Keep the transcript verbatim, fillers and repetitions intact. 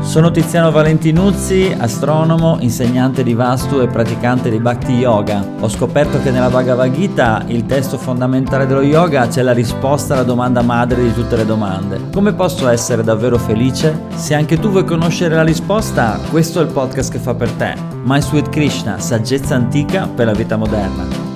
Sono Tiziano Valentinuzzi, astronomo, insegnante di Vastu e praticante di Bhakti Yoga. Ho scoperto che nella Bhagavad Gita, il testo fondamentale dello yoga, c'è la risposta alla domanda madre di tutte le domande. Come posso essere davvero felice? Se anche tu vuoi conoscere la risposta, questo è il podcast che fa per te. My Sweet Krishna, saggezza antica per la vita moderna.